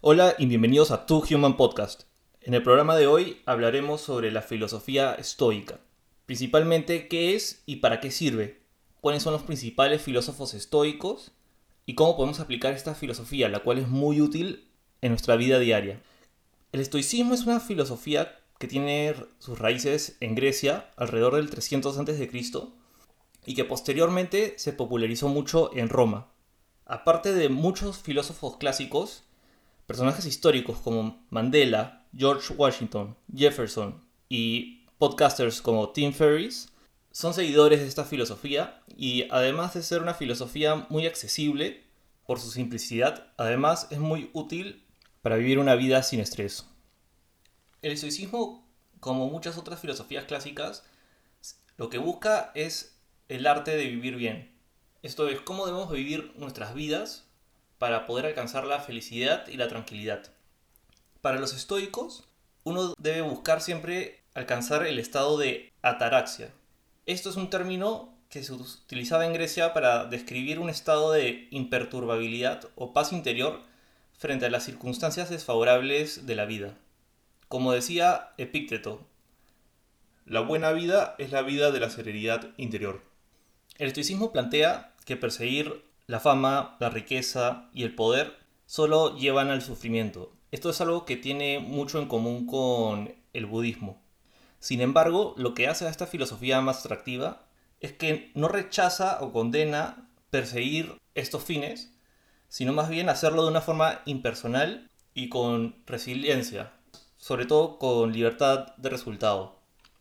Hola y bienvenidos a Two Human Podcast. En el programa de hoy hablaremos sobre la filosofía estoica. Principalmente qué es y para qué sirve, cuáles son los principales filósofos estoicos y cómo podemos aplicar esta filosofía, la cual es muy útil en nuestra vida diaria. El estoicismo es una filosofía que tiene sus raíces en Grecia alrededor del 300 a.C. y que posteriormente se popularizó mucho en Roma. Aparte de muchos filósofos clásicos, personajes históricos como Mandela, George Washington, Jefferson y podcasters como Tim Ferriss son seguidores de esta filosofía y además de ser una filosofía muy accesible por su simplicidad, además es muy útil para vivir una vida sin estrés. El estoicismo, como muchas otras filosofías clásicas, lo que busca es el arte de vivir bien. Esto es cómo debemos vivir nuestras vidas para poder alcanzar la felicidad y la tranquilidad. Para los estoicos, uno debe buscar siempre alcanzar el estado de ataraxia. Esto es un término que se utilizaba en Grecia para describir un estado de imperturbabilidad o paz interior frente a las circunstancias desfavorables de la vida. Como decía Epícteto, la buena vida es la vida de la serenidad interior. El estoicismo plantea que perseguir la fama, la riqueza y el poder solo llevan al sufrimiento. Esto es algo que tiene mucho en común con el budismo. Sin embargo, lo que hace a esta filosofía más atractiva es que no rechaza o condena perseguir estos fines, sino más bien hacerlo de una forma impersonal y con resiliencia, sobre todo con libertad de resultado.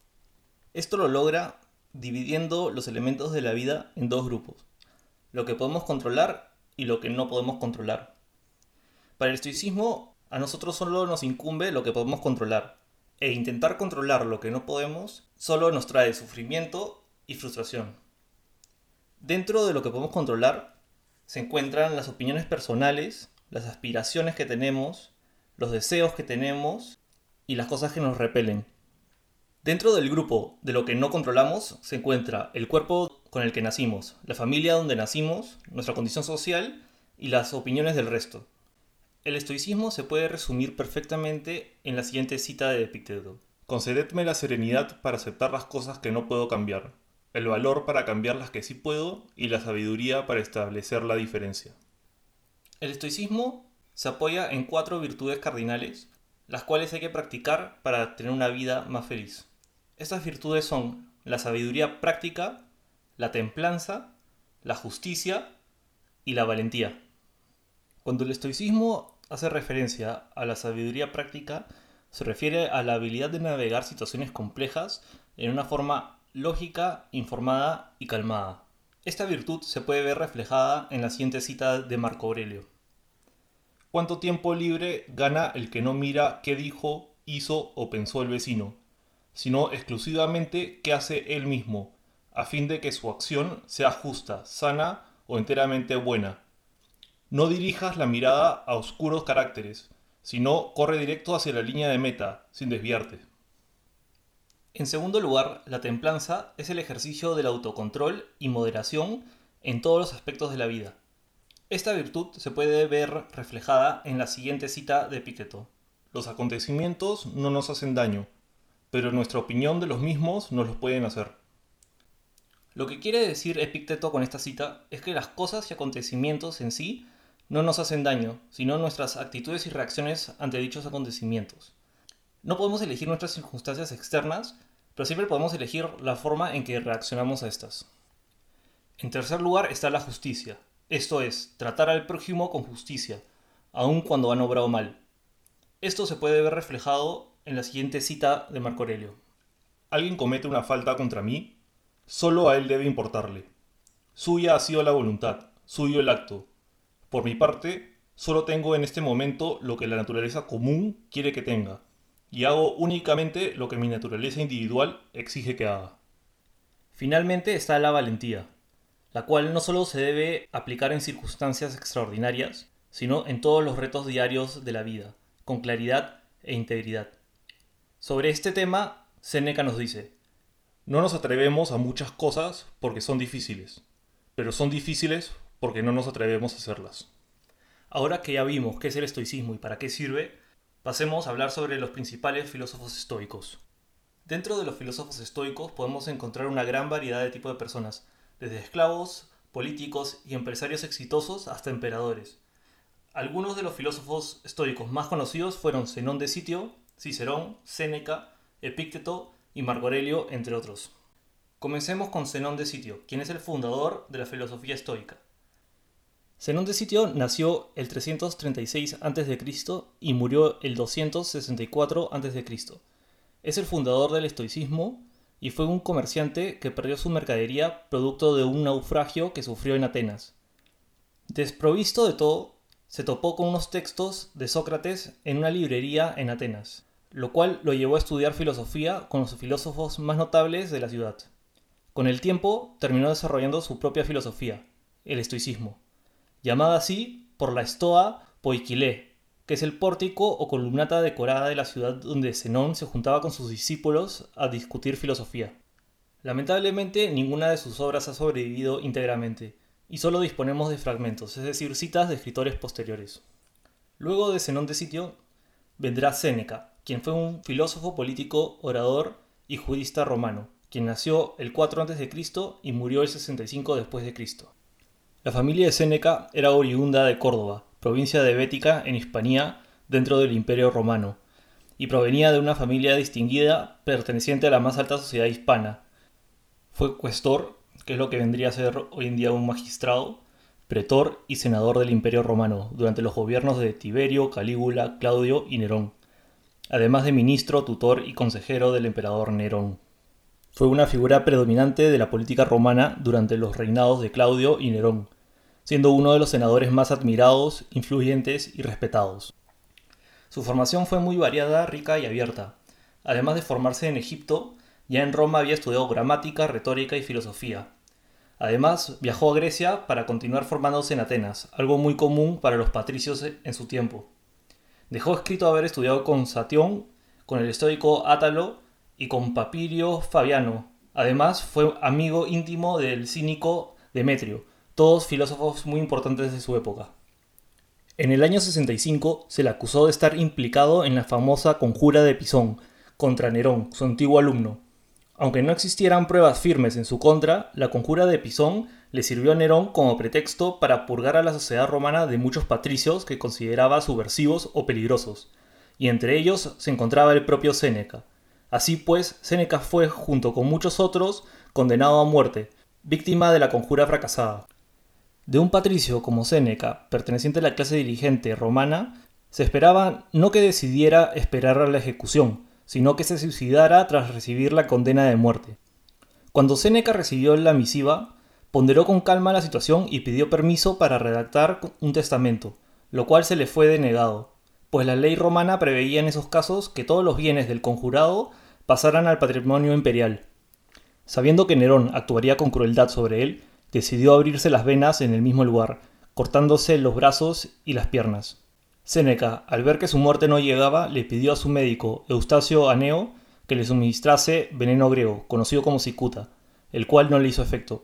Esto lo logra dividiendo los elementos de la vida en dos grupos: lo que podemos controlar y lo que no podemos controlar. Para el estoicismo, a nosotros solo nos incumbe lo que podemos controlar, e intentar controlar lo que no podemos solo nos trae sufrimiento y frustración. Dentro de lo que podemos controlar se encuentran las opiniones personales, las aspiraciones que tenemos, los deseos que tenemos y las cosas que nos repelen. Dentro del grupo de lo que no controlamos se encuentra el cuerpo con el que nacimos, la familia donde nacimos, nuestra condición social y las opiniones del resto. El estoicismo se puede resumir perfectamente en la siguiente cita de Epicteto: concededme la serenidad para aceptar las cosas que no puedo cambiar, el valor para cambiar las que sí puedo y la sabiduría para establecer la diferencia. El estoicismo se apoya en 4 virtudes cardinales, las cuales hay que practicar para tener una vida más feliz. Estas virtudes son la sabiduría práctica, la templanza, la justicia y la valentía. Cuando el estoicismo hace referencia a la sabiduría práctica, se refiere a la habilidad de navegar situaciones complejas en una forma lógica, informada y calmada. Esta virtud se puede ver reflejada en la siguiente cita de Marco Aurelio: ¿cuánto tiempo libre gana el que no mira qué dijo, hizo o pensó el vecino, sino exclusivamente qué hace él mismo, a fin de que su acción sea justa, sana o enteramente buena? No dirijas la mirada a oscuros caracteres, sino corre directo hacia la línea de meta, sin desviarte. En segundo lugar, la templanza es el ejercicio del autocontrol y moderación en todos los aspectos de la vida. Esta virtud se puede ver reflejada en la siguiente cita de Epicteto: los acontecimientos no nos hacen daño, pero nuestra opinión de los mismos nos los pueden hacer. Lo que quiere decir Epicteto con esta cita es que las cosas y acontecimientos en sí no nos hacen daño, sino nuestras actitudes y reacciones ante dichos acontecimientos. No podemos elegir nuestras circunstancias externas, pero siempre podemos elegir la forma en que reaccionamos a estas. En tercer lugar está la justicia, esto es, tratar al prójimo con justicia, aun cuando han obrado mal. Esto se puede ver reflejado en la siguiente cita de Marco Aurelio: alguien comete una falta contra mí, solo a él debe importarle. Suya ha sido la voluntad, suyo el acto. Por mi parte, solo tengo en este momento lo que la naturaleza común quiere que tenga, y hago únicamente lo que mi naturaleza individual exige que haga. Finalmente está la valentía, la cual no solo se debe aplicar en circunstancias extraordinarias, sino en todos los retos diarios de la vida, con claridad e integridad. Sobre este tema, Séneca nos dice: no nos atrevemos a muchas cosas porque son difíciles, pero son difíciles porque no nos atrevemos a hacerlas. Ahora que ya vimos qué es el estoicismo y para qué sirve, pasemos a hablar sobre los principales filósofos estoicos. Dentro de los filósofos estoicos podemos encontrar una gran variedad de tipos de personas, desde esclavos, políticos y empresarios exitosos hasta emperadores. Algunos de los filósofos estoicos más conocidos fueron Zenón de Sitio, Cicerón, Séneca, Epícteto y Marco Aurelio, entre otros. Comencemos con Zenón de Sitio, quien es el fundador de la filosofía estoica. Zenón de Sitio nació el 336 a.C. y murió el 264 a.C. Es el fundador del estoicismo y fue un comerciante que perdió su mercadería producto de un naufragio que sufrió en Atenas. Desprovisto de todo, se topó con unos textos de Sócrates en una librería en Atenas, lo cual lo llevó a estudiar filosofía con los filósofos más notables de la ciudad. Con el tiempo, terminó desarrollando su propia filosofía, el estoicismo, llamada así por la Stoa Poikile, que es el pórtico o columnata decorada de la ciudad donde Zenón se juntaba con sus discípulos a discutir filosofía. Lamentablemente, ninguna de sus obras ha sobrevivido íntegramente, y solo disponemos de fragmentos, es decir, citas de escritores posteriores. Luego de Zenón de Sitio, vendrá Séneca, quien fue un filósofo político, orador y jurista romano, quien nació el 4 a.C. y murió el 65 después de Cristo. La familia de Séneca era oriunda de Córdoba, provincia de Bética en Hispania, dentro del Imperio Romano, y provenía de una familia distinguida perteneciente a la más alta sociedad hispana. Fue cuestor, que es lo que vendría a ser hoy en día un magistrado, pretor y senador del Imperio Romano durante los gobiernos de Tiberio, Calígula, Claudio y Nerón, además de ministro, tutor y consejero del emperador Nerón. Fue una figura predominante de la política romana durante los reinados de Claudio y Nerón, siendo uno de los senadores más admirados, influyentes y respetados. Su formación fue muy variada, rica y abierta. Además de formarse en Egipto, ya en Roma había estudiado gramática, retórica y filosofía. Además, viajó a Grecia para continuar formándose en Atenas, algo muy común para los patricios en su tiempo. Dejó escrito haber estudiado con Satión, con el estoico Átalo y con Papirio Fabiano. Además, fue amigo íntimo del cínico Demetrio, todos filósofos muy importantes de su época. En el año 65 se le acusó de estar implicado en la famosa conjura de Pisón contra Nerón, su antiguo alumno. Aunque no existieran pruebas firmes en su contra, la conjura de Pisón le sirvió a Nerón como pretexto para purgar a la sociedad romana de muchos patricios que consideraba subversivos o peligrosos, y entre ellos se encontraba el propio Séneca. Así pues, Séneca fue, junto con muchos otros, condenado a muerte, víctima de la conjura fracasada. De un patricio como Séneca, perteneciente a la clase dirigente romana, se esperaba no que decidiera esperar a la ejecución, sino que se suicidara tras recibir la condena de muerte. Cuando Séneca recibió la misiva, ponderó con calma la situación y pidió permiso para redactar un testamento, lo cual se le fue denegado, pues la ley romana preveía en esos casos que todos los bienes del conjurado pasaran al patrimonio imperial. Sabiendo que Nerón actuaría con crueldad sobre él, decidió abrirse las venas en el mismo lugar, cortándose los brazos y las piernas. Séneca, al ver que su muerte no llegaba, le pidió a su médico, Eustacio Aneo, que le suministrase veneno griego, conocido como cicuta, el cual no le hizo efecto.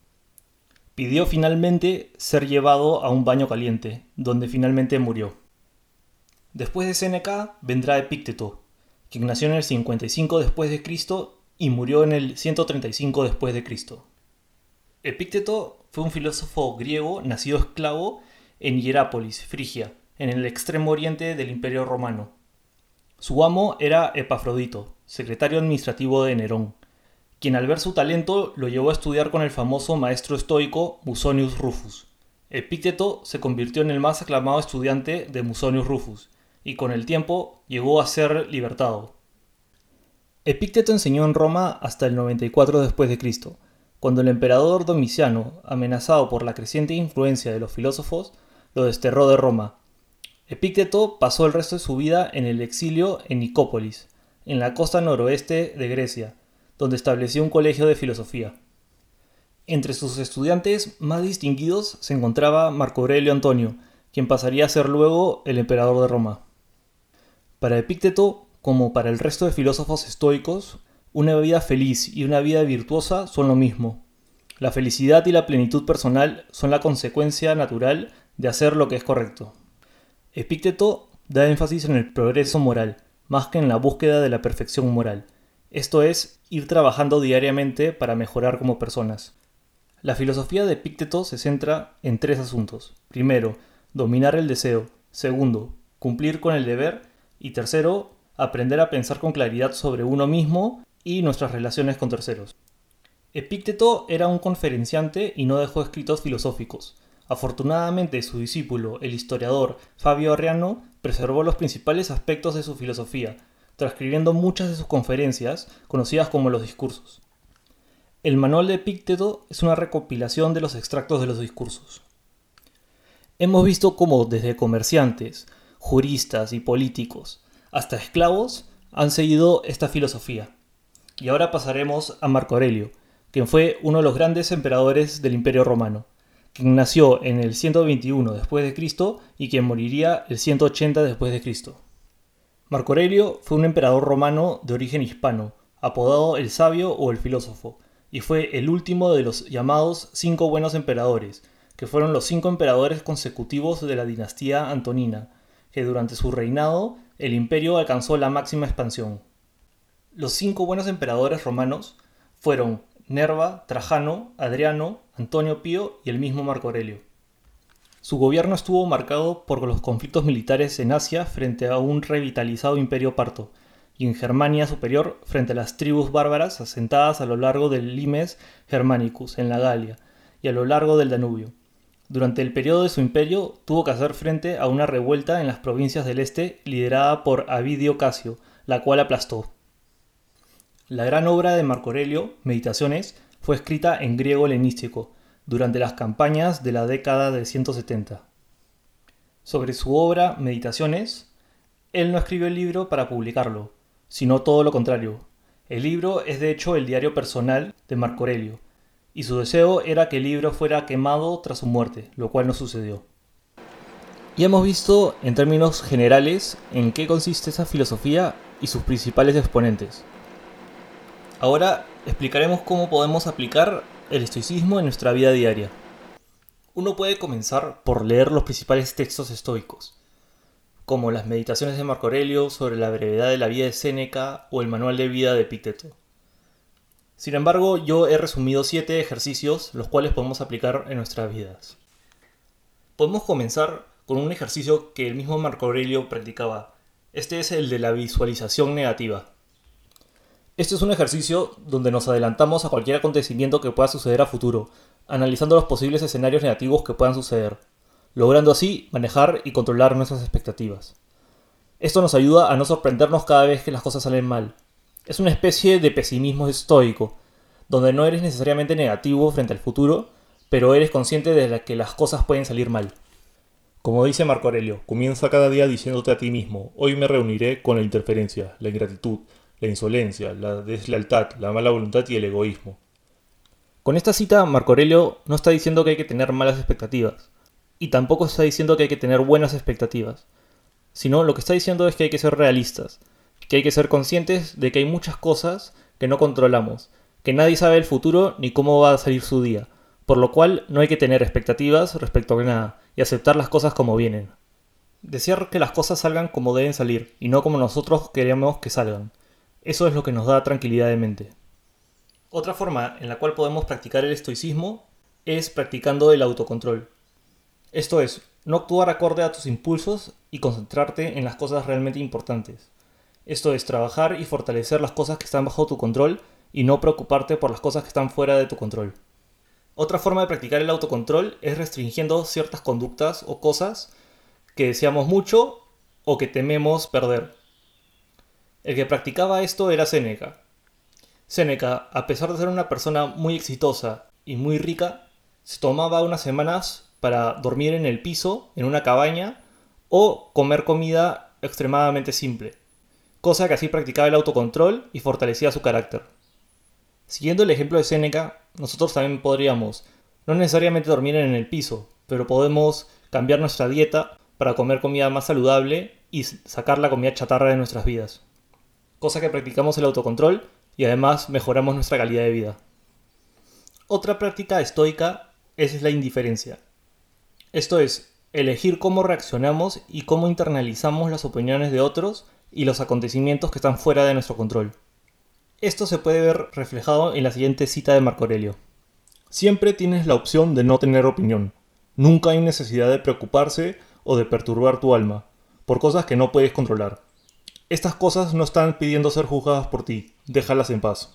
Pidió finalmente ser llevado a un baño caliente, donde finalmente murió. Después de Séneca vendrá Epícteto, quien nació en el 55 después de Cristo y murió en el 135 después de Cristo. Epícteto fue un filósofo griego nacido esclavo en Hierápolis, Frigia, en el extremo oriente del Imperio Romano. Su amo era Epafrodito, secretario administrativo de Nerón, quien al ver su talento lo llevó a estudiar con el famoso maestro estoico Musonius Rufus. Epícteto se convirtió en el más aclamado estudiante de Musonius Rufus, y con el tiempo llegó a ser libertado. Epícteto enseñó en Roma hasta el 94 después de Cristo, cuando el emperador Domiciano, amenazado por la creciente influencia de los filósofos, lo desterró de Roma. Epícteto pasó el resto de su vida en el exilio en Nicópolis, en la costa noroeste de Grecia, donde estableció un colegio de filosofía. Entre sus estudiantes más distinguidos se encontraba Marco Aurelio Antonio, quien pasaría a ser luego el emperador de Roma. Para Epícteto, como para el resto de filósofos estoicos, una vida feliz y una vida virtuosa son lo mismo. La felicidad y la plenitud personal son la consecuencia natural de hacer lo que es correcto. Epícteto da énfasis en el progreso moral, más que en la búsqueda de la perfección moral. Esto es, ir trabajando diariamente para mejorar como personas. La filosofía de Epícteto se centra en 3 asuntos. Primero, dominar el deseo. Segundo, cumplir con el deber. Y tercero, aprender a pensar con claridad sobre uno mismo y nuestras relaciones con terceros. Epícteto era un conferenciante y no dejó escritos filosóficos. Afortunadamente, su discípulo, el historiador Fabio Arriano, preservó los principales aspectos de su filosofía, transcribiendo muchas de sus conferencias, conocidas como los discursos. El manual de Epícteto es una recopilación de los extractos de los discursos. Hemos visto cómo desde comerciantes, juristas y políticos, hasta esclavos, han seguido esta filosofía. Y ahora pasaremos a Marco Aurelio, quien fue uno de los grandes emperadores del Imperio Romano, quien nació en el 121 después de Cristo y quien moriría el 180 después de Cristo. Marco Aurelio fue un emperador romano de origen hispano, apodado el Sabio o el Filósofo, y fue el último de los llamados 5 buenos emperadores, que fueron los 5 emperadores consecutivos de la dinastía antonina, que durante su reinado el imperio alcanzó la máxima expansión. Los 5 buenos emperadores romanos fueron Nerva, Trajano, Adriano, Antonio Pío y el mismo Marco Aurelio. Su gobierno estuvo marcado por los conflictos militares en Asia frente a un revitalizado imperio parto, y en Germania Superior frente a las tribus bárbaras asentadas a lo largo del Limes Germanicus en la Galia y a lo largo del Danubio. Durante el periodo de su imperio tuvo que hacer frente a una revuelta en las provincias del este liderada por Avidio Casio, la cual aplastó. La gran obra de Marco Aurelio, Meditaciones, fue escrita en griego helenístico durante las campañas de la década de 170. Sobre su obra Meditaciones, él no escribió el libro para publicarlo, sino todo lo contrario. El libro es de hecho el diario personal de Marco Aurelio, y su deseo era que el libro fuera quemado tras su muerte, lo cual no sucedió. Ya hemos visto en términos generales en qué consiste esa filosofía y sus principales exponentes. Ahora explicaremos cómo podemos aplicar el estoicismo en nuestra vida diaria. Uno puede comenzar por leer los principales textos estoicos, como las Meditaciones de Marco Aurelio sobre la brevedad de la vida de Séneca o el Manual de vida de Epícteto. Sin embargo, yo he resumido 7 ejercicios los cuales podemos aplicar en nuestras vidas. Podemos comenzar con un ejercicio que el mismo Marco Aurelio practicaba. Este es el de la visualización negativa. Este es un ejercicio donde nos adelantamos a cualquier acontecimiento que pueda suceder a futuro, analizando los posibles escenarios negativos que puedan suceder, logrando así manejar y controlar nuestras expectativas. Esto nos ayuda a no sorprendernos cada vez que las cosas salen mal. Es una especie de pesimismo estoico, donde no eres necesariamente negativo frente al futuro, pero eres consciente de que las cosas pueden salir mal. Como dice Marco Aurelio, comienza cada día diciéndote a ti mismo: hoy me reuniré con la interferencia, la ingratitud, la insolencia, la deslealtad, la mala voluntad y el egoísmo. Con esta cita, Marco Aurelio no está diciendo que hay que tener malas expectativas, y tampoco está diciendo que hay que tener buenas expectativas, sino lo que está diciendo es que hay que ser realistas, que hay que ser conscientes de que hay muchas cosas que no controlamos, que nadie sabe el futuro ni cómo va a salir su día, por lo cual no hay que tener expectativas respecto a nada y aceptar las cosas como vienen. Desear que las cosas salgan como deben salir y no como nosotros queremos que salgan. Eso es lo que nos da tranquilidad de mente. Otra forma en la cual podemos practicar el estoicismo es practicando el autocontrol. Esto es, no actuar acorde a tus impulsos y concentrarte en las cosas realmente importantes. Esto es, trabajar y fortalecer las cosas que están bajo tu control y no preocuparte por las cosas que están fuera de tu control. Otra forma de practicar el autocontrol es restringiendo ciertas conductas o cosas que deseamos mucho o que tememos perder. El que practicaba esto era Séneca. Séneca, a pesar de ser una persona muy exitosa y muy rica, se tomaba unas semanas para dormir en el piso, en una cabaña, o comer comida extremadamente simple, cosa que así practicaba el autocontrol y fortalecía su carácter. Siguiendo el ejemplo de Séneca, nosotros también podríamos no necesariamente dormir en el piso, pero podemos cambiar nuestra dieta para comer comida más saludable y sacar la comida chatarra de nuestras vidas. Cosa que practicamos el autocontrol y además mejoramos nuestra calidad de vida. Otra práctica estoica es la indiferencia. Esto es, elegir cómo reaccionamos y cómo internalizamos las opiniones de otros y los acontecimientos que están fuera de nuestro control. Esto se puede ver reflejado en la siguiente cita de Marco Aurelio. Siempre tienes la opción de no tener opinión. Nunca hay necesidad de preocuparse o de perturbar tu alma por cosas que no puedes controlar. Estas cosas no están pidiendo ser juzgadas por ti, déjalas en paz.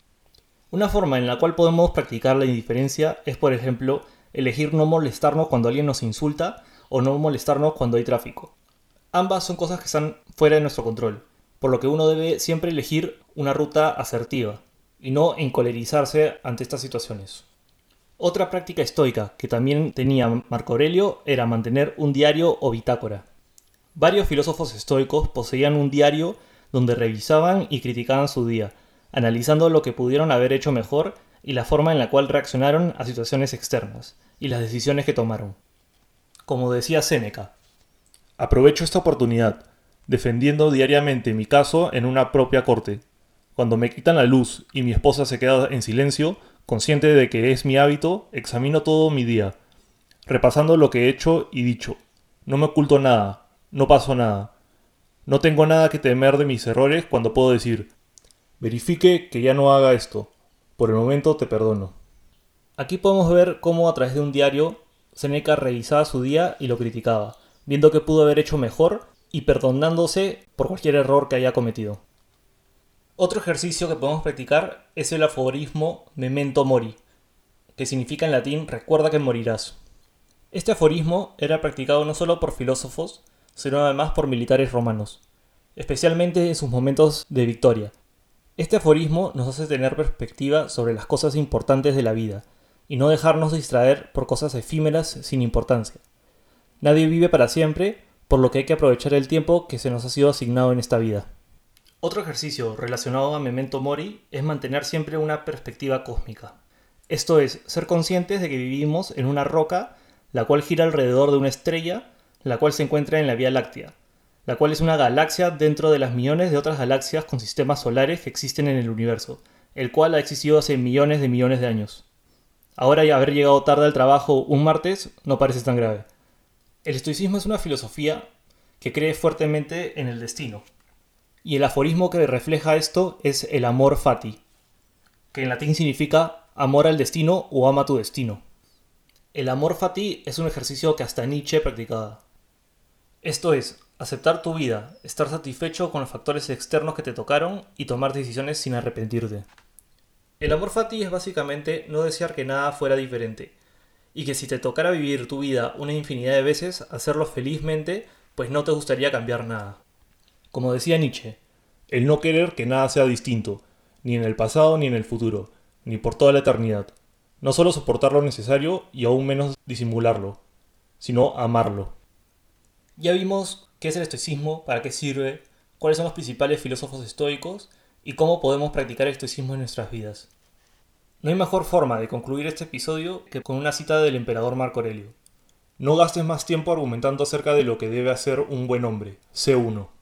Una forma en la cual podemos practicar la indiferencia es, por ejemplo, elegir no molestarnos cuando alguien nos insulta o no molestarnos cuando hay tráfico. Ambas son cosas que están fuera de nuestro control, por lo que uno debe siempre elegir una ruta asertiva y no encolerizarse ante estas situaciones. Otra práctica estoica que también tenía Marco Aurelio era mantener un diario o bitácora. Varios filósofos estoicos poseían un diario donde revisaban y criticaban su día, analizando lo que pudieron haber hecho mejor y la forma en la cual reaccionaron a situaciones externas y las decisiones que tomaron. Como decía Séneca, aprovecho esta oportunidad, defendiendo diariamente mi caso en una propia corte. Cuando me quitan la luz y mi esposa se queda en silencio, consciente de que es mi hábito, examino todo mi día, repasando lo que he hecho y dicho. No me oculto nada, no paso nada. No tengo nada que temer de mis errores cuando puedo decir, verifique que ya no haga esto. Por el momento te perdono. Aquí podemos ver cómo a través de un diario Séneca revisaba su día y lo criticaba, viendo que pudo haber hecho mejor y perdonándose por cualquier error que haya cometido. Otro ejercicio que podemos practicar es el aforismo Memento Mori, que significa en latín recuerda que morirás. Este aforismo era practicado no solo por filósofos, sino además por militares romanos, especialmente en sus momentos de victoria. Este aforismo nos hace tener perspectiva sobre las cosas importantes de la vida y no dejarnos distraer por cosas efímeras sin importancia. Nadie vive para siempre, por lo que hay que aprovechar el tiempo que se nos ha sido asignado en esta vida. Otro ejercicio relacionado a Memento Mori es mantener siempre una perspectiva cósmica. Esto es, ser conscientes de que vivimos en una roca, la cual gira alrededor de una estrella, la cual se encuentra en la Vía Láctea, la cual es una galaxia dentro de las millones de otras galaxias con sistemas solares que existen en el universo, el cual ha existido hace millones de años. Ahora, ya haber llegado tarde al trabajo un martes no parece tan grave. El estoicismo es una filosofía que cree fuertemente en el destino. Y el aforismo que refleja esto es el amor fati, que en latín significa amor al destino o ama tu destino. El amor fati es un ejercicio que hasta Nietzsche practicaba. Esto es, aceptar tu vida, estar satisfecho con los factores externos que te tocaron y tomar decisiones sin arrepentirte. El amor fati es básicamente no desear que nada fuera diferente, y que si te tocara vivir tu vida una infinidad de veces, hacerlo felizmente, pues no te gustaría cambiar nada. Como decía Nietzsche, el no querer que nada sea distinto, ni en el pasado ni en el futuro, ni por toda la eternidad. No solo soportar lo necesario y aún menos disimularlo, sino amarlo. Ya vimos qué es el estoicismo, para qué sirve, cuáles son los principales filósofos estoicos y cómo podemos practicar el estoicismo en nuestras vidas. No hay mejor forma de concluir este episodio que con una cita del emperador Marco Aurelio. No gastes más tiempo argumentando acerca de lo que debe hacer un buen hombre, sé uno.